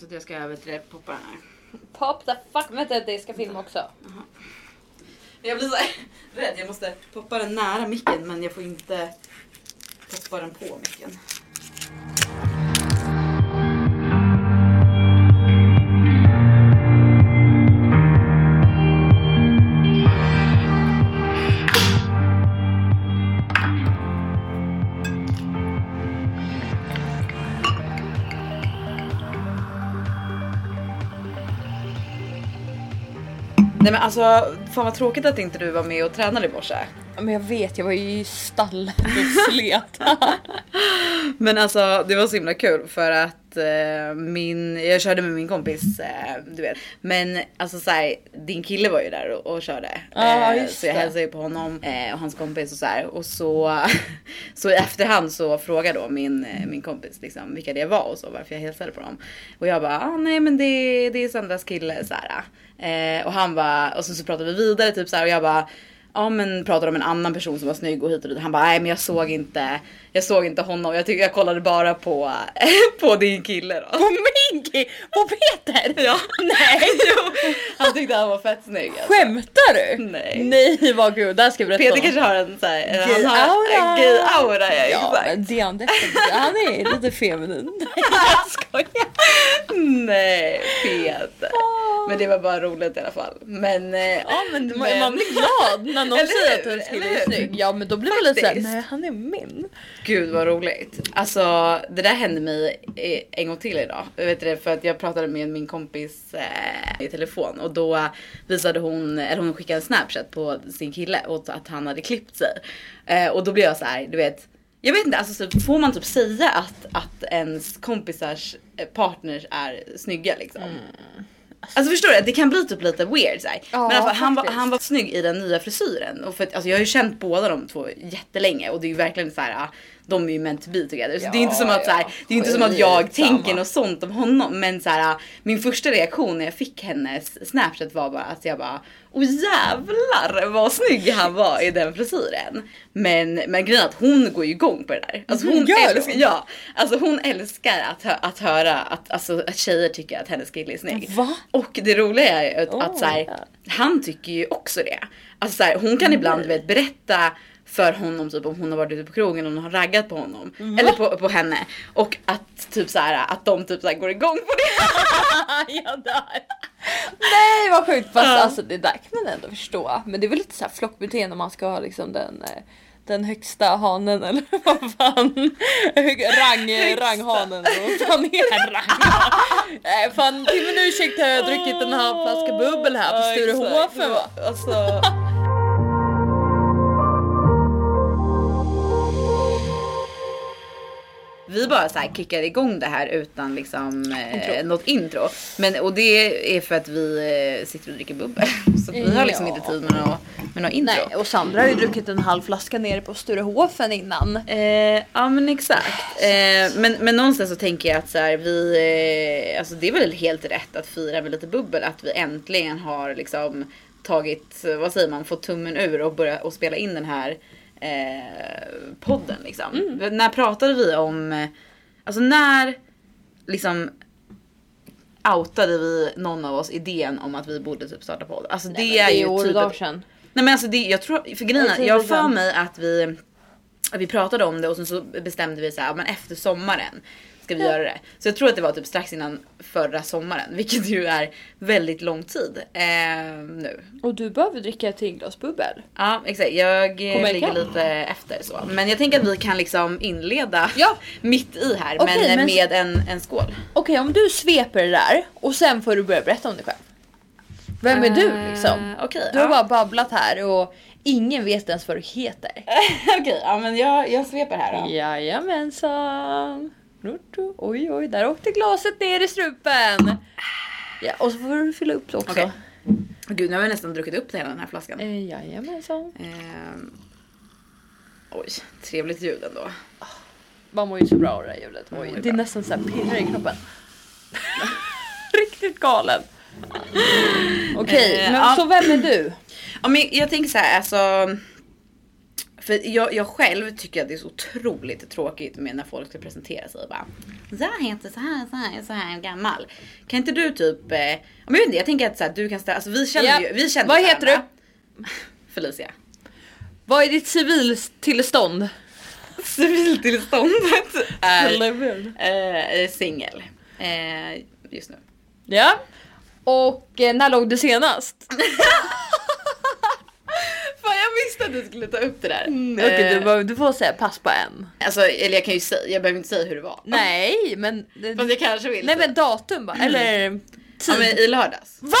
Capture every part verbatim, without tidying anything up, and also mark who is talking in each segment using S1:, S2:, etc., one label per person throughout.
S1: Så att jag ska över till poppa den här.
S2: Pop the fuck, vänta det ska filma också.
S1: Aha. Jag blir så här rädd, jag måste poppa den nära micken men jag får inte poppa den på micken. Nej men alltså, fan vad tråkigt att inte du var med och tränade i morse.
S2: Men jag vet, jag var ju i stallet och slet.
S1: Men alltså, det var så himla kul för att eh, min, jag körde med min kompis, eh, du vet. Men alltså såhär, din kille var ju där och, och körde.
S2: Ja,
S1: eh,
S2: just
S1: så jag
S2: det.
S1: hälsade ju på honom eh, och hans kompis och så här. Och så, så i efterhand så frågade då min, min kompis liksom vilka det var och så, varför jag hälsade på dem. Och jag bara, ah, nej men det, det är Sandras kille så här. Eh, och han var, och så, så pratade vi vidare typ så här, och jag bara, ja men pratade om en annan person som var snygg och hit och dit. Han bara, nej men jag såg inte, jag såg inte honom. Jag tycker jag kollade bara på på din kille då.
S2: På min kille? På Peter?
S1: Ja.
S2: Nej.
S1: Jo, han tyckte han var fett snygg. Alltså.
S2: Skämtar du?
S1: Nej.
S2: Nej vad gud, där ska vi berätta.
S1: Peter kanske har en så här,
S2: Gay
S1: han har
S2: aura.
S1: en gay aura, ja,
S2: Ja,
S1: exakt.
S2: men det är han definitivt. Han är lite feminin. Jag skojar.
S1: Nej, Peter. Men det var bara roligt i alla fall. Men, eh,
S2: Ja men,
S1: men
S2: man blir glad när någon
S1: Eller
S2: säger
S1: hur?
S2: att ens kille
S1: Eller
S2: är
S1: hur?
S2: snygg. Ja men då blir man lite såhär,
S1: Faktiskt.
S2: nej han är min.
S1: Gud vad roligt. Alltså det där hände mig en gång till idag. Jag vet det, för att jag pratade med min kompis eh, i telefon. Och då visade hon, eller hon skickade en Snapchat på sin kille och att han hade klippt sig. Eh, och då blev jag så här, du vet. Jag vet inte, alltså så får man typ säga att, att ens kompisars partners är snygga liksom. Mm. Alltså förstår du, det kan bli typ lite weird så här.
S2: Ja,
S1: men alltså, han, var,
S2: faktiskt.
S1: han var snygg i den nya frisyren. Och för att, alltså, jag har ju känt båda de två jättelänge. Och det är ju verkligen så här, de är ju meant to be together. Så
S2: Ja,
S1: det är inte som att, så här,
S2: ja.
S1: det är inte som att jag
S2: Skitsamma.
S1: tänker något sånt om honom. Men så här, min första reaktion när jag fick hennes Snapchat var bara att jag bara, åh jävlar vad snygg han var i den frisyren. Men, men grejen är att hon går ju igång på det där. Alltså hon,
S2: Gör
S1: älskar,
S2: hon?
S1: ja, alltså hon älskar att, hö- att höra att, alltså, att tjejer tycker att hennes kille är snygg.
S2: Va?
S1: Och det roliga är ju att,
S2: Oh
S1: att så här,
S2: my God.
S1: han tycker ju också det. Alltså så här, hon kan ibland du vet, berätta för honom typ om hon har varit ute på krogen och hon har raggat på honom.
S2: Va?
S1: Eller på, på henne. Och att typ så här, att de typ så här, går igång på det.
S2: Jag dör. Nej vad sjukt, fast
S1: Ja.
S2: alltså det där kan man ändå förstå. Men det är väl lite så här flockbeteende om man ska ha liksom den, eh, den högsta hanen eller vad fan. Rang, ranghanen och fan är rang. Nej fan, till min ursäkt har jag druckit en halv flaska bubbel här på
S1: Ja,
S2: Sturehofen va?
S1: exakt. Alltså... Vi bara så här kickar igång det här utan liksom eh,
S2: Intro.
S1: något intro. Men, och det är för att vi eh, sitter och dricker bubbel. Så att vi har liksom
S2: Ja.
S1: inte tid med något, med något intro.
S2: Nej, och Sandra har ju druckit en halv flaska nere på Sturehofen innan.
S1: Eh, ja men exakt. Eh, men, men någonstans så tänker jag att så här, vi, eh, alltså det är väl helt rätt att fira med lite bubbel. Att vi äntligen har liksom tagit, vad säger man, fått tummen ur och börjat och spela in den här eh, podden liksom.
S2: Mm.
S1: När pratade vi om, eh, alltså när liksom outade vi någon av oss idén om att vi borde typ starta podd? Alltså det,
S2: Nej,
S1: är
S2: men det
S1: ju
S2: år och
S1: typ
S2: dagar
S1: ett-
S2: sedan.
S1: Nej men alltså det, jag tror, för grejen
S2: Jag
S1: är,
S2: tror
S1: jag
S2: det
S1: för
S2: var-
S1: mig att vi, att vi pratade om det och sen så bestämde vi så här, men efter sommaren ska vi
S2: Ja.
S1: göra det. Så jag tror att det var typ strax innan förra sommaren, vilket ju är väldigt lång tid eh, nu.
S2: Och du behöver dricka ett till glas bubbel.
S1: Ja exakt, jag eh,
S2: Kommer
S1: ligger
S2: ikapp.
S1: lite efter så. Men jag tänker att vi kan liksom inleda
S2: Ja.
S1: mitt i här,
S2: Okej,
S1: men,
S2: men-
S1: med en, en skål.
S2: Okej, om du sveper det där och sen får du börja berätta om dig själv. Vem är du liksom?
S1: Eh, Okej,
S2: Du har
S1: ja.
S2: bara babblat här och ingen vet ens vad du heter.
S1: Okej, ja men jag, jag sveper här då.
S2: Jajamensan. Oj oj, där åkte glaset ner i strupen. Ja, och så får du fylla upp det också.
S1: Okej. Gud, nu har vi nästan druckit upp hela den här flaskan.
S2: Eh, jajamensan.
S1: Ehm, oj, trevligt ljud ändå.
S2: Man mår ju så bra av det här ljudet.
S1: Man mår
S2: Oj,
S1: ju
S2: det är
S1: bra.
S2: nästan så här pirrar i kroppen. Riktigt galen. Okej,
S1: Eh,
S2: men
S1: ja.
S2: så vem är du?
S1: Ja, men jag tänker så här, alltså För jag, jag själv tycker att det är så otroligt tråkigt med när folk ska presentera sig och bara, jag heter så här, så här, så här gammal. Kan inte du typ, eh, jag vet inte, jag tänker att så här, du kan ställa, alltså vi känner
S2: ja.
S1: ju, vi känner
S2: Vad heter
S1: varandra.
S2: du?
S1: Felicia.
S2: Vad är ditt civiltillstånd?
S1: Civiltillståndet är eh, singel eh, just nu.
S2: Ja. Och eh, när låg du senast?
S1: Fan, jag visste att du skulle ta upp det där.
S2: Mm, Okej, okay,
S1: eh,
S2: du, du får säga pass på en.
S1: Alltså, eller jag kan ju säga, jag behöver inte säga hur det var.
S2: Nej, men...
S1: Fast jag kanske vill.
S2: Nej, men datum bara, eller tid.
S1: Ja, men i lördags.
S2: Va?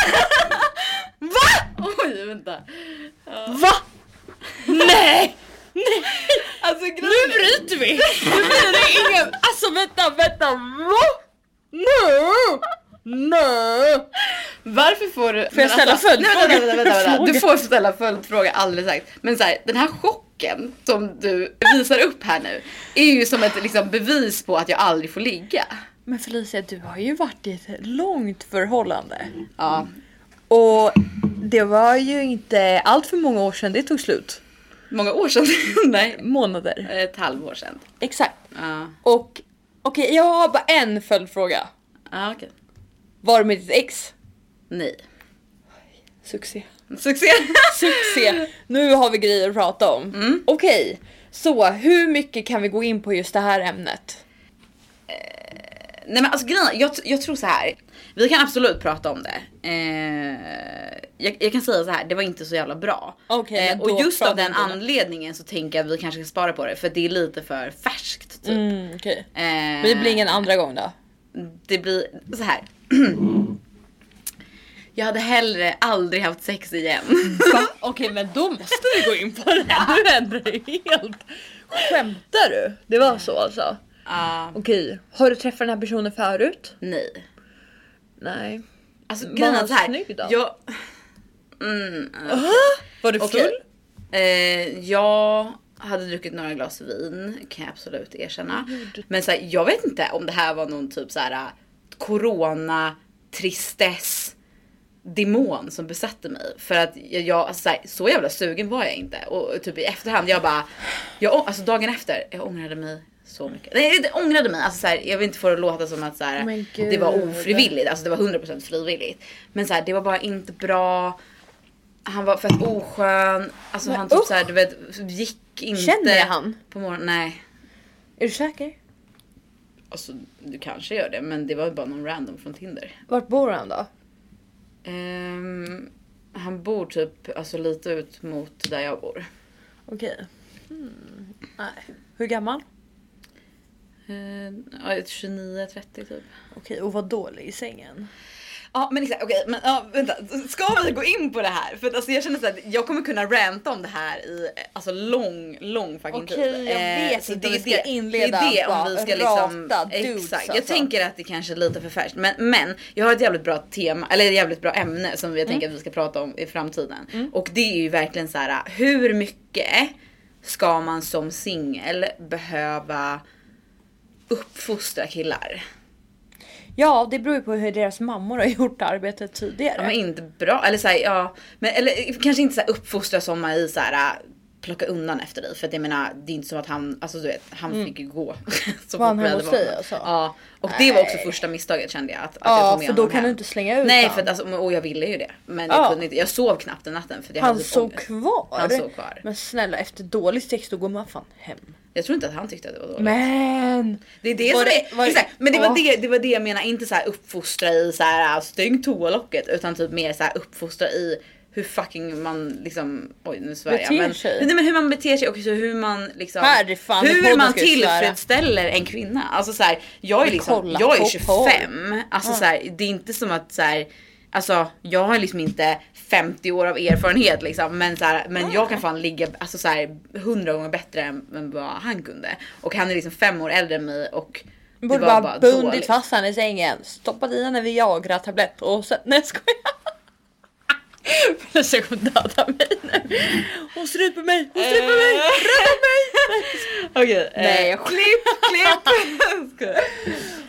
S2: Va?
S1: Oj, vänta.
S2: Ja. Va? Nej! Nej!
S1: Alltså,
S2: nu bryter vi! Nu blir det ingen... Alltså vänta, vänta, va? Nej! Nej!
S1: Varför får du...
S2: Får jag ställa
S1: alltså,
S2: följdfråga?
S1: Nej, vänta, vänta, vänta, vänta. Du får ställa följdfråga alldeles sagt. Men så här, den här chocken som du visar upp här nu är ju som ett liksom, bevis på att jag aldrig får ligga.
S2: Men Felicia, du har ju varit i ett långt förhållande.
S1: Ja.
S2: Och det var ju inte allt för många år sedan det tog slut.
S1: Många år sedan? Nej.
S2: Månader.
S1: Ett halvår sedan.
S2: Exakt.
S1: Ja.
S2: Och okej, okay, jag har bara en följdfråga.
S1: Ja, okej. Okay.
S2: Var det med ditt ex?
S1: Nej.
S2: Succé.
S1: Succé.
S2: Succé. Nu har vi grejer att prata om.
S1: Mm.
S2: Okej, okay. Så hur mycket kan vi gå in på just det här ämnet?
S1: Eh, nej men alltså grejen, jag, jag tror så här. Vi kan absolut prata om det. Eh, jag, jag kan säga så här, det var inte så jävla bra.
S2: Okay,
S1: eh, och just av den anledningen så tänker jag att vi kanske ska spara på det. För det är lite för färskt typ.
S2: Mm, okay.
S1: eh,
S2: Men det blir ingen andra gång då? Det
S1: blir så här. Jag hade hellre aldrig haft sex igen.
S2: Okej, okay, men då måste vi gå in på det. Du ändrar ju helt. Skämtar du? Det var så alltså?
S1: Uh,
S2: Okej, okay. Har du träffat den här personen förut?
S1: Nej.
S2: Nej.
S1: Alltså grejen är så här.
S2: Snygg då?
S1: Jag... Mm, okay.
S2: uh, var du full?
S1: Okay. Eh, jag hade druckit några glas vin, kan jag absolut erkänna. Mm. Men så här, jag vet inte om det här var någon typ så här corona tristess demon som besatte mig. För att jag, jag alltså, så, här, så jävla sugen var jag inte. Och typ i efterhand, jag bara jag, alltså dagen efter, jag ångrade mig så mycket. Nej, jag ångrade mig. Alltså, så här, jag vill inte få det att låta som att så här, det var ofrivilligt. Alltså det var hundra procent frivilligt. Men så här, det var bara inte bra. Han var fett oskön. Alltså men, han typ uh. så här, du vet, gick inte.
S2: Känner jag han?
S1: På morgonen, nej.
S2: Är du säker?
S1: Alltså, du kanske gör det. Men det var bara någon random från Tinder.
S2: Vart bor han då?
S1: Um, han bor typ alltså, lite ut mot där jag bor.
S2: Okej. Okay. Hmm. Nej. Hur gammal?
S1: Uh, tjugonio trettio typ.
S2: Okej, okay, och vad dålig i sängen?
S1: Ja, men exakt, okej, okay, men ja, vänta, ska vi gå in på det här? För att, alltså, jag känner så att jag kommer kunna ranta om det här i alltså lång, lång fucking tid.
S2: Okej, okay, jag vet
S1: eh,
S2: inte
S1: det,
S2: om vi ska inleda
S1: det är det om vi ska liksom,
S2: rata dudes,
S1: exakt, jag
S2: alltså.
S1: tänker att det kanske är lite för färskt. Men, men jag har ett jävligt bra tema, eller ett jävligt bra ämne som jag mm. tänker att vi ska prata om i framtiden. Mm. Och det är ju verkligen så här: hur mycket ska man som singel behöva uppfostra killar?
S2: Ja, det beror ju på hur deras mammor har gjort arbetet tidigare.
S1: Ja, men inte bra. Eller så här, ja, men eller kanske inte så här uppfostra som i så här plocka undan efter dig, för att jag menar, det är inte så att han, alltså du vet, han mm. fick ju gå. Så
S2: var han hos dig alltså?
S1: Ja, och Nej. Det var också första misstaget, kände jag, att, att
S2: ja,
S1: jag med
S2: för då kan hem. Du inte slänga ut.
S1: Nej, för att, alltså, och jag ville ju det, men jag
S2: ja.
S1: kunde inte. Jag sov knappt den natten för att jag
S2: han
S1: hade
S2: sov kvar.
S1: Han sov kvar.
S2: Men snälla, efter dålig sex då går man fan hem.
S1: Jag tror inte att han tyckte att det var dåligt.
S2: Men
S1: det är det som
S2: det,
S1: är,
S2: var det,
S1: exakt, men det var
S2: åh.
S1: det det var det jag menar, inte så här uppfostra i så här stäng toalocket, utan typ mer så här uppfostra i hur fucking man liksom, oj nu svär jag, men, nej, men hur man beter sig och så hur man liksom
S2: fan,
S1: hur man tillfredsställer en kvinna. Alltså så här, jag är liksom kolla, jag är tjugofem. Alltså ja. Så här, det är inte som att så här, alltså jag har liksom inte femtio år av erfarenhet liksom, men så här, men jag kan fan ligga alltså så här hundra gånger bättre än, än vad han kunde. Och han är liksom fem år äldre än mig och
S2: det borde bara, bara bundit dåligt. Fast han i sängen, stoppat i en Viagra-tablett och sen, nej skojar. Jag ska hon döda mig nu. Hon stryper mig, hon stryper mig, rädda mig.
S1: Okej,
S2: nej,
S1: eh, klipp, klipp.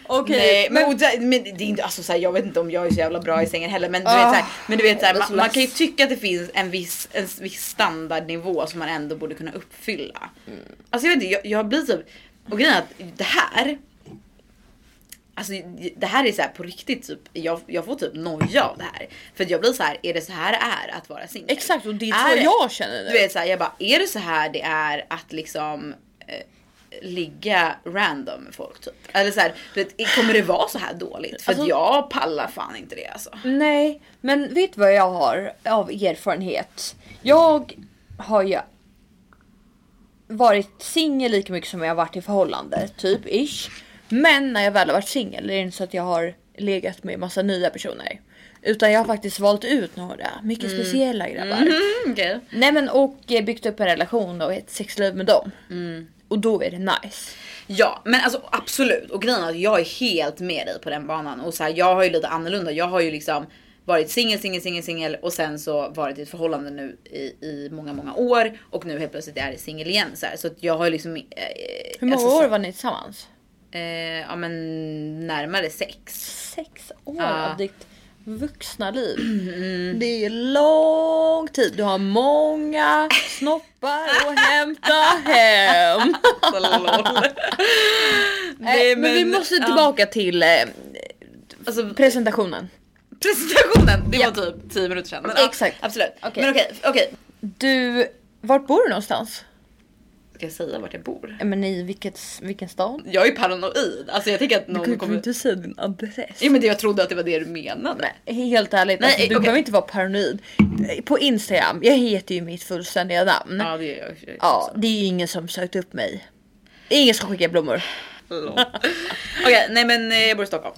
S2: Okej,
S1: Nej, men,
S2: men-
S1: och det- men det är inte, alltså, så här, jag vet inte om jag är så jävla bra i sängen heller, men du
S2: Ah,
S1: vet, så här, men du vet så här,
S2: jag är så
S1: man, man kan ju
S2: less.
S1: tycka att det finns en viss, en viss standardnivå som man ändå borde kunna uppfylla. Alltså jag vet inte, jag, jag blir typ, och grejen är att det här, alltså det här är så här på riktigt typ, jag, jag får typ noja av det här. För att jag blir så här, är det så här det är att vara singel?
S2: Exakt, och det är
S1: Är
S2: så
S1: det-
S2: jag känner nu.
S1: Du vet så här, jag bara, är det så här det är att liksom eh, ligga random med folk typ? Eller så här, du vet, kommer det vara så här dåligt? För
S2: Alltså-
S1: att jag pallar fan inte det alltså.
S2: Nej, men vet du vad jag har av erfarenhet? Jag har ju varit singel lika mycket som jag har varit i förhållande, typ ish. Men när jag väl har varit singel är det inte så att jag har legat med massa nya personer. Utan jag har faktiskt valt ut några mycket speciella grabbar.
S1: Mm, okay.
S2: Nej men och eh, byggt upp en relation och ett sexliv med dem. Och då är det nice.
S1: Ja, men alltså absolut. Och grejen är att jag är helt med dig på den banan. Och så här, jag har ju lite annorlunda. Jag har ju liksom varit singel, singel, singel, singel. Och sen så varit i ett förhållande nu i, i många, många år. Och nu helt plötsligt är jag singel igen. Så, här. Så att jag har ju liksom... Eh,
S2: Hur många
S1: alltså, så-
S2: år var ni tillsammans?
S1: Eh, ja men närmare sex.
S2: Sex år
S1: Ja.
S2: av ditt vuxna liv. Det är lång tid. Du har många snoppar att hämta hem.
S1: Så lol.
S2: Nej, men, vi måste
S1: ja.
S2: tillbaka till eh,
S1: Alltså,
S2: presentationen.
S1: presentationen, det
S2: Ja.
S1: var typ tio minuter sedan. Men, ja,
S2: Exakt.
S1: absolut.
S2: Okej.
S1: Men okej, okej.
S2: Du, vart bor du någonstans?
S1: Ska jag säga vart jag bor?
S2: Men i vilket, vilken stad?
S1: Jag är paranoid. Alltså jag tänker att
S2: Du
S1: någon
S2: kan
S1: kommer...
S2: inte säga din adress.
S1: Ja men det, jag trodde att det var det du menade.
S2: Helt ärligt,
S1: Nej,
S2: alltså, du
S1: okej.
S2: behöver inte vara paranoid. På Instagram, jag heter ju mitt fullständiga namn.
S1: Ja det är jag.
S2: Ja, det är ju ingen som sökt upp mig. Det är ingen som skickar blommor.
S1: Okej, okay, nej men eh, jag bor i Stockholm.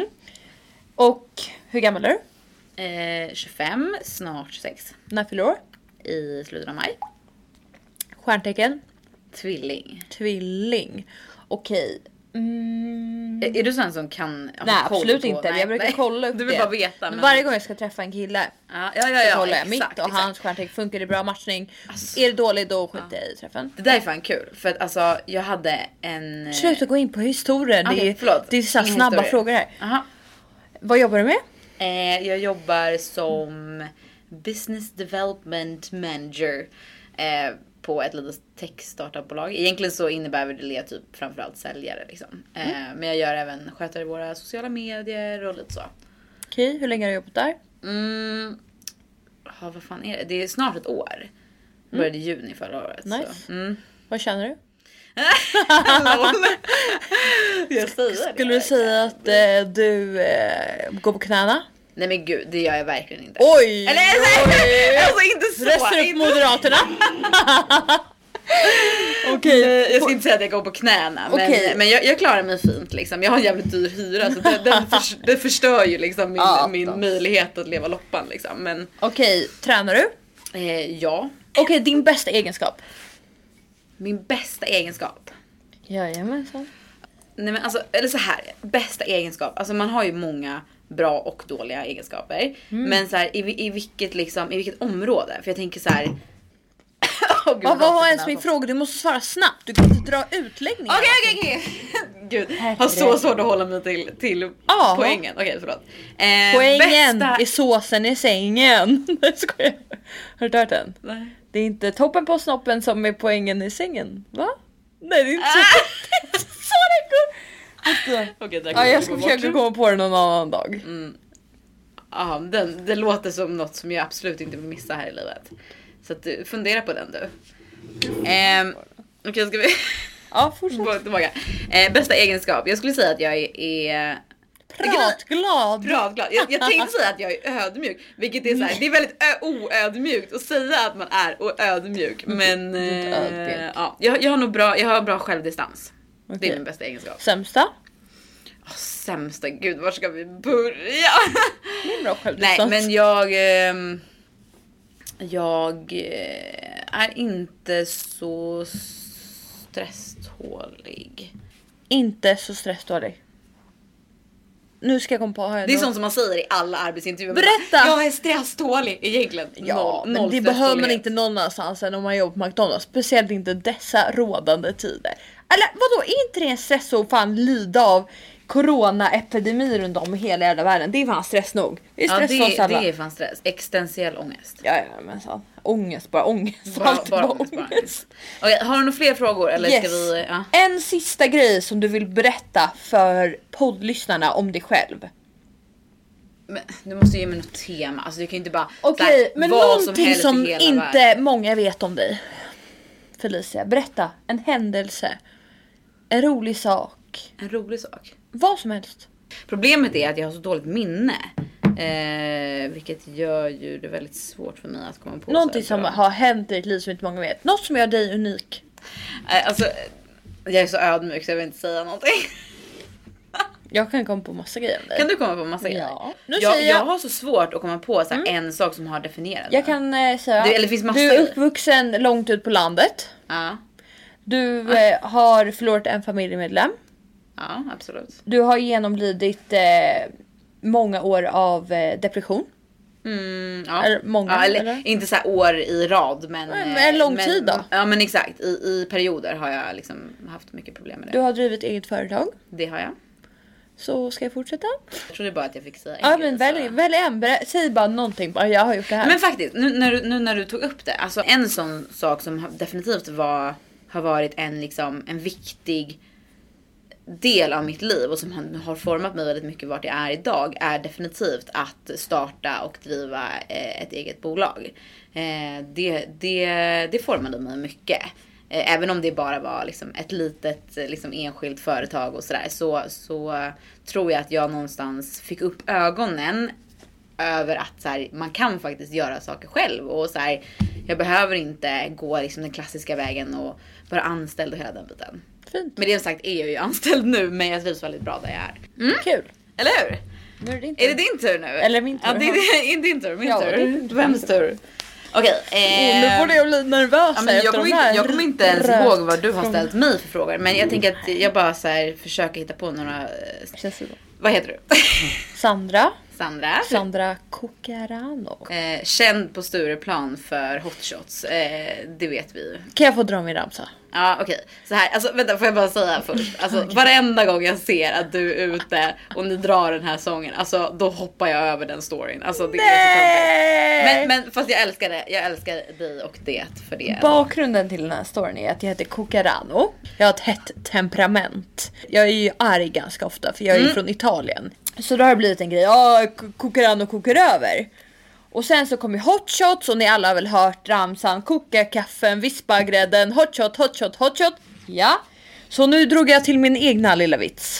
S2: Och hur gammal är du?
S1: Eh, tjugofem, snart tjugosex.
S2: När fyller du år?
S1: I slutet av maj.
S2: Stjärntecken?
S1: Tvilling.
S2: Tvilling. Okej. Mm.
S1: Är, är du sån som kan ha
S2: Nej,
S1: koll
S2: absolut
S1: på...
S2: inte.
S1: Nej,
S2: Jag brukar
S1: nej.
S2: kolla upp
S1: Du vill
S2: det.
S1: bara veta.
S2: Men varje gång jag ska träffa en kille
S1: Ja, ja, ja,
S2: så
S1: ja
S2: kollar jag
S1: exakt,
S2: mitt och
S1: exakt.
S2: hans stjärntecken. Funkar det bra matchning?
S1: Alltså.
S2: Är det dåligt då skiter jag i träffen.
S1: Det där är fan kul. För att alltså jag hade en...
S2: Sluta gå in på historien. Det
S1: Okej,
S2: är,
S1: förlåt.
S2: det är så här
S1: Ingen
S2: snabba
S1: historia.
S2: frågor här.
S1: Aha.
S2: Vad jobbar du med?
S1: Eh, jag jobbar som business development manager eh, på ett litet tech-startupbolag. Egentligen så innebär väl det typ framförallt säljare liksom. Eh,
S2: Mm.
S1: Men jag gör även sköter våra sociala medier och lite så.
S2: Okej, hur länge har du jobbat där?
S1: Mm. Ja, vad fan är det? Det är snart ett år. Det började i juni förra året.
S2: Nice.
S1: Så. Mm.
S2: Vad känner du?
S1: Lol. Jag säger det.
S2: Skulle du säga att eh, du eh, går på knäna?
S1: Nej men gud, det gör jag verkligen inte.
S2: Oj!
S1: Eller nej,
S2: oj.
S1: alltså inte så.
S2: Röstar upp
S1: inte-
S2: Moderaterna. Okej.
S1: Nej, jag ska inte säga att jag går på knäna, men,
S2: Okej.
S1: men jag, jag klarar mig fint liksom. Jag har en jävligt dyr hyra så det, den förs, det förstör ju liksom min,
S2: Ja,
S1: min
S2: då.
S1: möjlighet att leva loppan liksom. Men
S2: Okej, tränar du?
S1: eh, ja,
S2: Okej, din bästa egenskap?
S1: min bästa egenskap.
S2: Jajamensan.
S1: Nej men alltså, eller så här, bästa egenskap. Alltså man har ju många bra och dåliga egenskaper. Men så här, i, i vilket liksom, i vilket område? För jag tänker så här. Åh, gud,
S2: Vad vad var
S1: hatar
S2: ens
S1: den här
S2: min
S1: sån.
S2: fråga? Du måste svara snabbt. Du kan inte dra utläggningar.
S1: Okej okej okej. Gud, har så svårt att hålla mig till, till
S2: Ja.
S1: poängen. Okej förlåt. Eh,
S2: Poängen
S1: bästa...
S2: är såsen i sängen. Nej, skojar. Har du hört den?
S1: Nej.
S2: Det är inte toppen på snoppen som är poängen i sängen. Va? Nej, det är inte så.
S1: Ah!
S2: Det är inte så det går. Vänta.
S1: Okej, där
S2: Ja,
S1: kommer
S2: jag
S1: vi
S2: ska
S1: gå
S2: försöka
S1: bort.
S2: komma på det någon annan dag.
S1: Ja, den, det låter som något som jag absolut inte vill missa här i livet. Så att du, fundera på den du. Ehm, Okej, ska vi
S2: Ja, fortsätt.
S1: gå tillbaka. Eh, bästa egenskap. Jag skulle säga att jag är... är
S2: Pratglad.
S1: Pratglad. Jag, jag tänkte säga att jag är ödmjuk. Vilket är så här, det är väldigt ö- oödmjukt att säga att man är ödmjuk. Men
S2: Du är inte
S1: eh,
S2: ödmjuk.
S1: ja, jag, jag har nog bra, jag har bra självdistans. Det
S2: Okej.
S1: är min bästa egenskap.
S2: Sämsta?
S1: Åh, sämsta, gud var ska vi börja?
S2: Det är bra
S1: Nej
S2: självdistans.
S1: men jag ehm, Jag eh, är inte så stresstålig.
S2: Inte så stressdålig. Nu ska jag komma på. Har jag
S1: Det är
S2: då-
S1: sånt som man säger i alla arbetsintervjuer. Man
S2: Berätta!
S1: bara, jag är stresstålig egentligen.
S2: Ja,
S1: noll,
S2: men
S1: noll
S2: det behöver man
S1: stresstålighet.
S2: inte någon annanstans än om man jobbar på McDonalds. Speciellt inte dessa rådande tider. Eller vadå, är inte det en stress att fan lida av corona-epidemi runt om i hela jävla världen. Det är fan stress nog. Det är stress
S1: ja,
S2: för oss
S1: det,
S2: alla.
S1: det är fan stress. Existentiell ångest.
S2: Ja, ja, men så. Ångest, bara ångest.
S1: Bara,
S2: Allt
S1: bara
S2: bara
S1: ångest, bara
S2: ångest.
S1: ångest. Okej, har du några fler frågor? Eller
S2: Yes.
S1: ska vi... Ja.
S2: En sista grej som du vill berätta för poddlyssnarna om dig själv.
S1: Men, du måste ge mig något tema. Alltså du kan ju inte bara...
S2: Okej,
S1: såhär,
S2: men
S1: vad
S2: någonting
S1: helst i
S2: som
S1: hela
S2: inte
S1: världen.
S2: många vet om dig. Felicia, berätta. En händelse. En rolig sak.
S1: En rolig sak.
S2: Vad som helst.
S1: Problemet är att jag har så dåligt minne. Eh, vilket gör ju det väldigt svårt för mig att komma på.
S2: Någonting
S1: så här
S2: som
S1: bra.
S2: har hänt i ditt liv som inte många vet. Något som gör dig unik.
S1: Eh, alltså, jag är så ödmjuk så jag vill inte säga någonting.
S2: Jag kan komma på massa grejer om dig.
S1: Kan du komma på massa grejer?
S2: Ja. Nu
S1: Jag,
S2: säger jag,
S1: jag har så svårt att komma på så här, en sak som har definierat
S2: jag
S1: mig.
S2: kan eh, säga.
S1: Det- eller det finns massa
S2: du är
S1: grejer.
S2: uppvuxen långt ut på landet.
S1: Ja,
S2: Du eh, har förlorat en familjemedlem.
S1: ja, absolut.
S2: Du har genomlidit eh, många år av eh, depression.
S1: Mm, ja.
S2: Eller många,
S1: ja, eller,
S2: eller?
S1: inte så här år i rad, men...
S2: Nej, men
S1: eh,
S2: en lång
S1: men,
S2: tid då?
S1: Ja, men exakt. I, I perioder har jag liksom haft mycket problem med det.
S2: Du har drivit eget företag.
S1: Det har jag.
S2: Så ska jag fortsätta?
S1: Jag trodde bara att jag fick säga en
S2: Ja,
S1: grej,
S2: men
S1: så-
S2: välj, välj en. Berä- Säg bara någonting. Bara, jag har gjort det här.
S1: Men faktiskt, nu när, du, nu när du tog upp det. Alltså en sån sak som har- definitivt var, har varit en, liksom, en viktig del av mitt liv och som har, har format mig väldigt mycket vart jag är idag är definitivt att starta och driva eh, ett eget bolag. Eh, det, det, det formade mig mycket. Eh, även om det bara var liksom, ett litet eh, liksom, enskilt företag och sådär så, så tror jag att jag någonstans fick upp ögonen över att så här, man kan faktiskt göra saker själv och så här, jag behöver inte gå liksom, den klassiska vägen och vara anställd och hela den biten.
S2: Fint.
S1: Med det sagt är jag ju anställd nu, men jag trivs väldigt bra där jag är. Mm.
S2: Kul.
S1: Eller hur?
S2: Nu är det din
S1: Är det
S2: tur.
S1: din tur nu?
S2: Eller min tur.
S1: Ja, det är din, din tur. Min
S2: Ja, det är
S1: tur.
S2: din tur.
S1: Vems tur? Okej.
S2: Åh, nu får jag bli nervös
S1: Ja, men jag,
S2: efter
S1: kommer
S2: de
S1: inte,
S2: här
S1: jag kommer inte ens
S2: röt-
S1: ihåg vad du har ställt mig för frågor. Men jag tänker att jag bara så här, försöker hitta på några... eh,
S2: Känns det bra.
S1: Vad heter du?
S2: Sandra.
S1: Sandra.
S2: Sandra Cucarano.
S1: Eh, känd på Stureplan för hotshots. Eh, det vet vi ju.
S2: Kan jag få dra min ramsa?
S1: Ja, okej. Så här, alltså vänta, får jag bara säga först. Alltså varenda gång jag ser att du är ute och ni drar den här sången, alltså då hoppar jag över den storyn. Alltså det är så töntigt. Men, men fast jag älskar det. Jag älskar dig och det för det.
S2: Bakgrunden till den här storyn är att jag heter Cucarano. Jag har ett hett temperament. Jag är ju arg ganska ofta för jag är ju
S1: Mm.
S2: från Italien. Så då har det blivit en grej. Ja, Cucarano kokar över. Och sen så kom ju hotshots och ni alla har väl hört ramsan. Koka kaffen, vispa grädden, hotshot, hotshot, hotshot. Ja. Så nu drog jag till min egna lilla vits.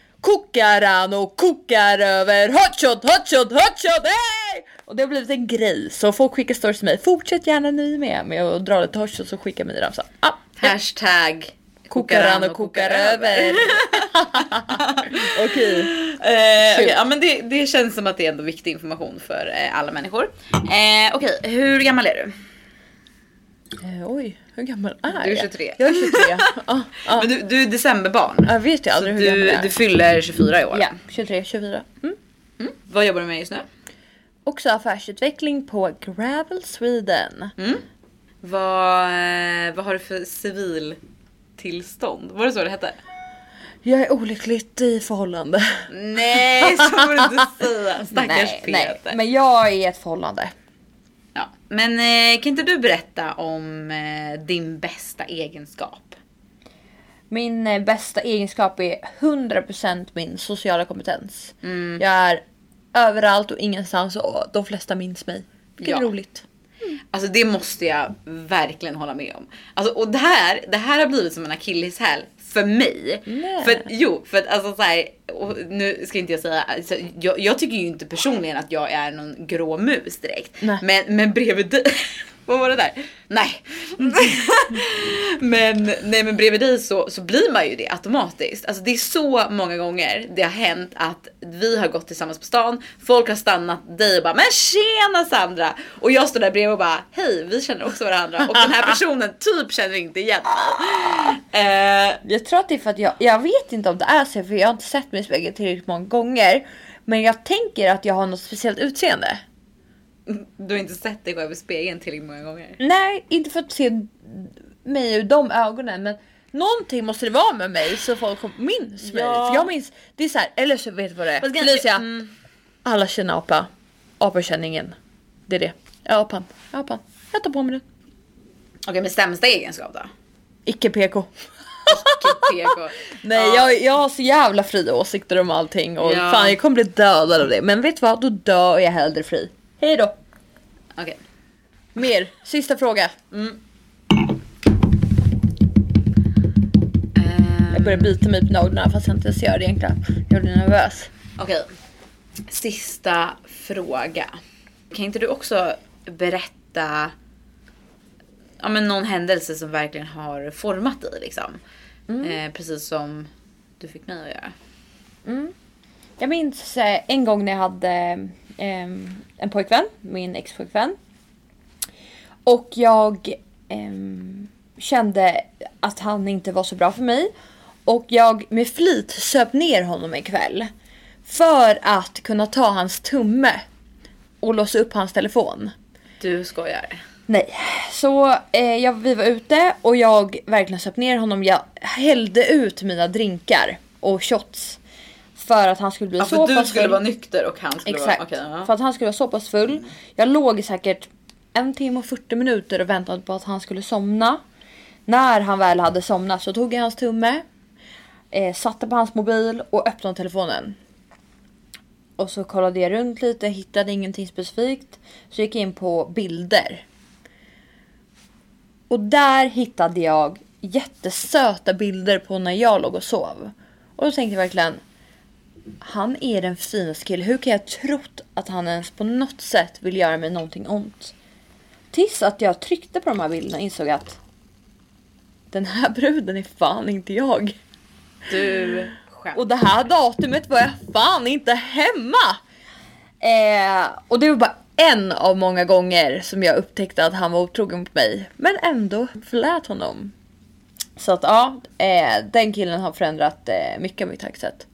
S2: Cucarano kokar över, hotshot, hotshot, hotshot, hej! Och det har blivit en grej. Så folk skickar stories till mig. Fortsätt gärna ni med med att dra lite hotshots och skicka mig ramsan. Ah.
S1: Hashtag
S2: Cucarano kokar över. Okej.
S1: Eh, okay, ja, men det, det känns som att det är ändå viktig information för eh, alla människor. Eh, Okej, okay, hur gammal är du?
S2: Eh, oj, hur gammal är jag?
S1: Du är tjugotre.
S2: Jag är tjugotre. ah, ah.
S1: Men du, du är decemberbarn.
S2: Jag vet ju
S1: Så
S2: aldrig hur gammal
S1: du,
S2: jag är.
S1: du fyller tjugofyra i år.
S2: Ja, tjugotre, tjugofyra. Mm.
S1: Mm. Vad jobbar du med just nu?
S2: Också affärsutveckling på Gravel Sweden.
S1: Mm. Vad, eh, vad har du för civiltillstånd? Var det så det hette?
S2: Jag är olyckligt i förhållande.
S1: Nej, så får du inte säga. Stackars
S2: nej, nej,
S1: Peter.
S2: men jag är i ett förhållande.
S1: Ja. Men eh, kan inte du berätta om eh, din bästa egenskap?
S2: Min eh, bästa egenskap är hundra procent min sociala kompetens.
S1: Mm.
S2: Jag är överallt och ingenstans och de flesta minns mig. Vilket
S1: Ja.
S2: är roligt.
S1: Alltså det måste jag verkligen hålla med om. Alltså, och det här, det här har blivit som en akilleshäl för mig.
S2: Nej.
S1: För att, jo, för att alltså så här, och nu ska inte jag säga, alltså, jag, jag tycker ju inte personligen att jag är någon grå mus direkt.
S2: Nej.
S1: Men, men bredvid dig, vad var det där? Nej. men, nej men bredvid dig så, så blir man ju det automatiskt. Alltså det är så många gånger det har hänt att vi har gått tillsammans på stan, folk har stannat dig och bara, men tjena Sandra! Och jag står där bredvid och bara, hej, vi känner också varandra. Och den här personen typ känner inte igen mig. Eh,
S2: Jag tror att det är för att jag, jag vet inte om det är så, för jag har inte sett mig i spegeln tillräckligt många gånger. Men jag tänker att jag har något speciellt utseende.
S1: du har inte sett dig gå över spegeln tillräckligt många gånger.
S2: Nej, inte för att se mig ur de ögonen, men Någonting måste det vara med mig så folk minns mig.
S1: Ja.
S2: För jag minns, det är så här, eller så vet du vad det är.
S1: Fast ganska-
S2: Felicia,
S1: mm.
S2: alla känner apa. Apa känner ingen. Det är det. Ja, apan. Ja, apan. Jag tar på mig den.
S1: Okej, men sämsta egenskap då?
S2: Icke P K.
S1: Icke P K.
S2: Nej,
S1: Ja.
S2: jag, jag har så jävla fria åsikter om allting. Och
S1: Ja.
S2: fan, jag kommer bli dödad av det. Men vet du vad? Då dör jag hellre fri. Hej då.
S1: Okej.
S2: Mer. Sista fråga.
S1: Mm.
S2: Jag börjar bita mig på naglarna fast jag inte ens gör det egentligen. Jag blir nervös.
S1: Okej. Sista fråga. Kan inte du också berätta ja, men någon händelse som verkligen har format dig liksom?
S2: Mm.
S1: Eh, precis som du fick mig att göra.
S2: Mm. Jag minns eh, en gång när jag hade eh, en pojkvän, min ex-pojkvän. Och jag eh, kände att han inte var så bra för mig. Och jag med flit söp ner honom en kväll. För att kunna ta hans tumme och låsa upp hans telefon.
S1: Du skojar.
S2: Nej, så eh, jag, vi var ute och jag verkligen söp ner honom. Jag hällde ut mina drinkar och shots. För att han skulle bli
S1: Ja,
S2: så
S1: för
S2: pass
S1: du skulle
S2: full.
S1: vara nykter och han skulle
S2: Exakt,
S1: vara... Okej, ja.
S2: för att han skulle vara så pass full. Jag låg i säkert en timme och fyrtio minuter och väntade på att han skulle somna. När han väl hade somnat så tog jag hans tumme. Eh, satte på hans mobil och öppnade telefonen. Och så kollade jag runt lite, hittade ingenting specifikt. Så gick jag in på bilder. Och där hittade jag jättesöta bilder på när jag låg och sov. Och då tänkte jag verkligen, han är den finaste killen. Hur kan jag trott att han ens på något sätt vill göra mig någonting ont? Tills att jag tryckte på de här bilderna och insåg att den här bruden är fan inte jag.
S1: Du skämt.
S2: Och det här datumet var jag fan inte hemma. Eh, och det var bara en av många gånger som jag upptäckte att han var otrogen mot mig. Men ändå förlät honom. Så att ja, eh, den killen har förändrat eh, mycket av mitt tankesätt.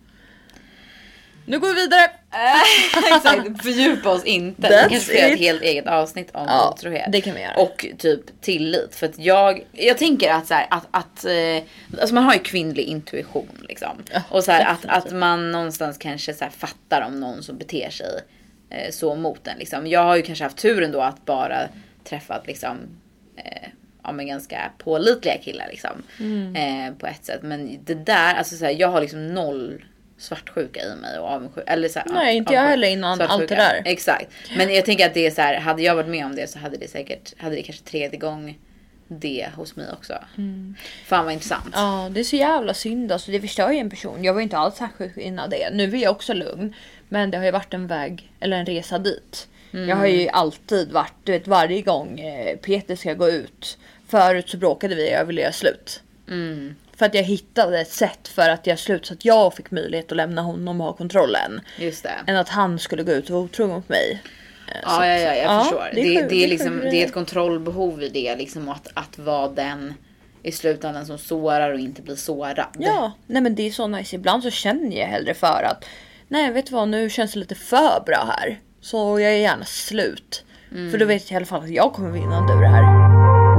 S2: Nu går vi vidare.
S1: Exakt, fördjupa oss inte.
S2: That's
S1: Vi kanske ska göra ett
S2: it.
S1: helt eget avsnitt om
S2: Ja,
S1: otrohet.
S2: det kan vi göra.
S1: Och typ tillit. För att jag, jag tänker att så här, att, att eh, alltså man har ju kvinnlig intuition liksom.
S2: Ja,
S1: och så här, att,
S2: definitivt.
S1: att man någonstans kanske så här, fattar om någon som beter sig eh, så mot en liksom. Jag har ju kanske haft turen då att bara träffat liksom eh, ja, men ganska pålitliga killar liksom.
S2: Mm.
S1: Eh, på ett sätt. Men det där, alltså så här, jag har liksom noll svartsjuka i mig och avundsjuka. Eller så här,
S2: Nej, inte jag
S1: avundsjuka.
S2: heller innan
S1: Svartsjuka.
S2: allt det där.
S1: Exakt. Men jag tänker att det är så här, hade jag varit med om det så hade det säkert, hade det kanske tredje gång det hos mig också. Mm. Fan vad intressant.
S2: Ja, det är så jävla synd. Alltså, det förstör ju en person. Jag var inte alls särskilt innan det. Nu är jag också lugn. Men det har ju varit en väg, eller en resa dit. Mm. Jag har ju alltid varit, du vet, varje gång eh, Peter ska gå ut. Förut så bråkade vi och jag ville göra slut.
S1: Mm.
S2: För att jag hittade ett sätt för att göra slut så att jag fick möjlighet att lämna honom och ha kontrollen.
S1: Just det.
S2: Än att han skulle gå ut och vara otrogen mot mig. Eh, så
S1: Ja, ja, ja, jag
S2: ja,
S1: förstår.
S2: det är
S1: Det,
S2: sjukt,
S1: det,
S2: det
S1: är
S2: är
S1: liksom,
S2: sjukt.
S1: det är ett kontrollbehov i det. Liksom att, att vara den i slutändan som sårar och inte blir sårad.
S2: Ja, nej men det är så nice. Ibland så känner jag hellre för att nej, vet du vad, nu känns det lite för bra här. Så jag är gärna slut. Mm. För då vet jag i alla fall att jag kommer vinna en ur det här.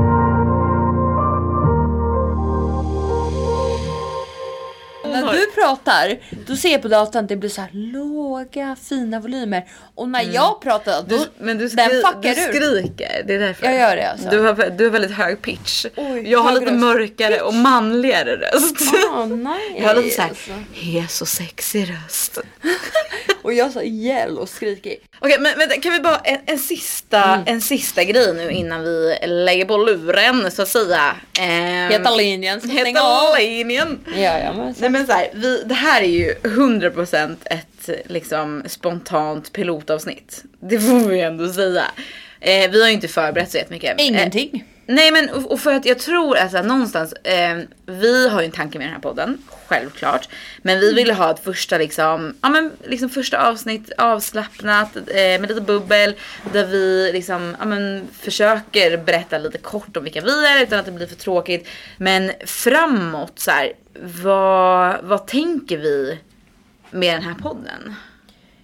S2: När du pratar, då ser jag på datorn att det blir så här låga, fina volymer. Och när
S1: Mm.
S2: jag pratar, då
S1: Du, men du,
S2: den
S1: skri,
S2: fuckar
S1: du
S2: ur.
S1: skriker, det är därför.
S2: Jag gör det alltså.
S1: Du har, du har väldigt hög pitch.
S2: Oj,
S1: jag har
S2: hög
S1: lite
S2: röst.
S1: mörkare och manligare röst.
S2: Ah, nice.
S1: Jag har lite såhär,
S2: alltså.
S1: hes och sexig röst.
S2: Och jag så gäll och skriker.
S1: Okej, men vänta, kan vi bara en, en, sista,
S2: Mm.
S1: en sista grej nu innan vi lägger på luren så att säga. Ehm,
S2: Heta linjen ska stänga
S1: Heta
S2: av.
S1: linjen.
S2: Ja, ja, men så.
S1: Nej men så här, vi, det här är ju hundra procent ett liksom spontant pilotavsnitt. Det får vi ändå säga. Eh, vi har ju inte förberett så jättemycket.
S2: Ingenting.
S1: Eh, nej men och, och för att jag tror alltså, någonstans, eh, vi har ju en tanke med den här podden, självklart. Men vi ville ha ett första liksom, ja men liksom första avsnitt avslappnat, eh, med lite bubbel. Där vi liksom, ja men försöker berätta lite kort om vilka vi är utan att det blir för tråkigt. Men framåt så här, vad, vad tänker vi med den här podden?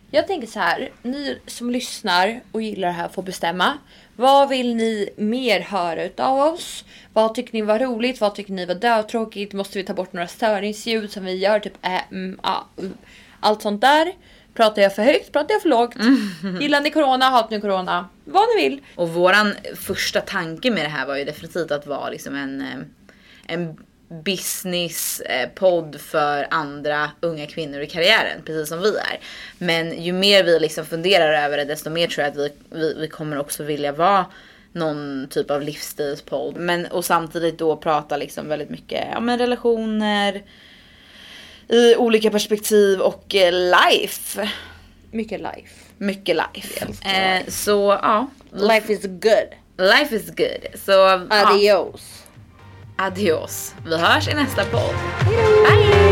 S2: Jag tänker så här, ni som lyssnar och gillar det här får bestämma. Vad vill ni mer höra utav oss? Vad tycker ni var roligt? Vad tycker ni var dövtråkigt? Måste vi ta bort några störningsljud som vi gör? Typ äh, mm, ah, mm. Allt sånt där. Pratar jag för högt? Pratar jag för lågt? Mm. Gillar ni corona? Hatar ni corona? Vad ni vill.
S1: Och våran första tanke med det här var ju definitivt att vara liksom en, en business-podd för andra unga kvinnor i karriären, precis som vi är. Men ju mer vi liksom funderar över det, desto mer tror jag att vi, vi, vi kommer också vilja vara någon typ av livsstilspodd. Men, och samtidigt då prata liksom väldigt mycket ja, men relationer i olika perspektiv och eh, life.
S2: Mycket life.
S1: Mycket life. Eh, så ja.
S2: Life is good.
S1: Life is good. Så
S2: adios.
S1: Ja. Adios. Vi hörs i nästa podd.
S2: Hejdå.
S1: Bye.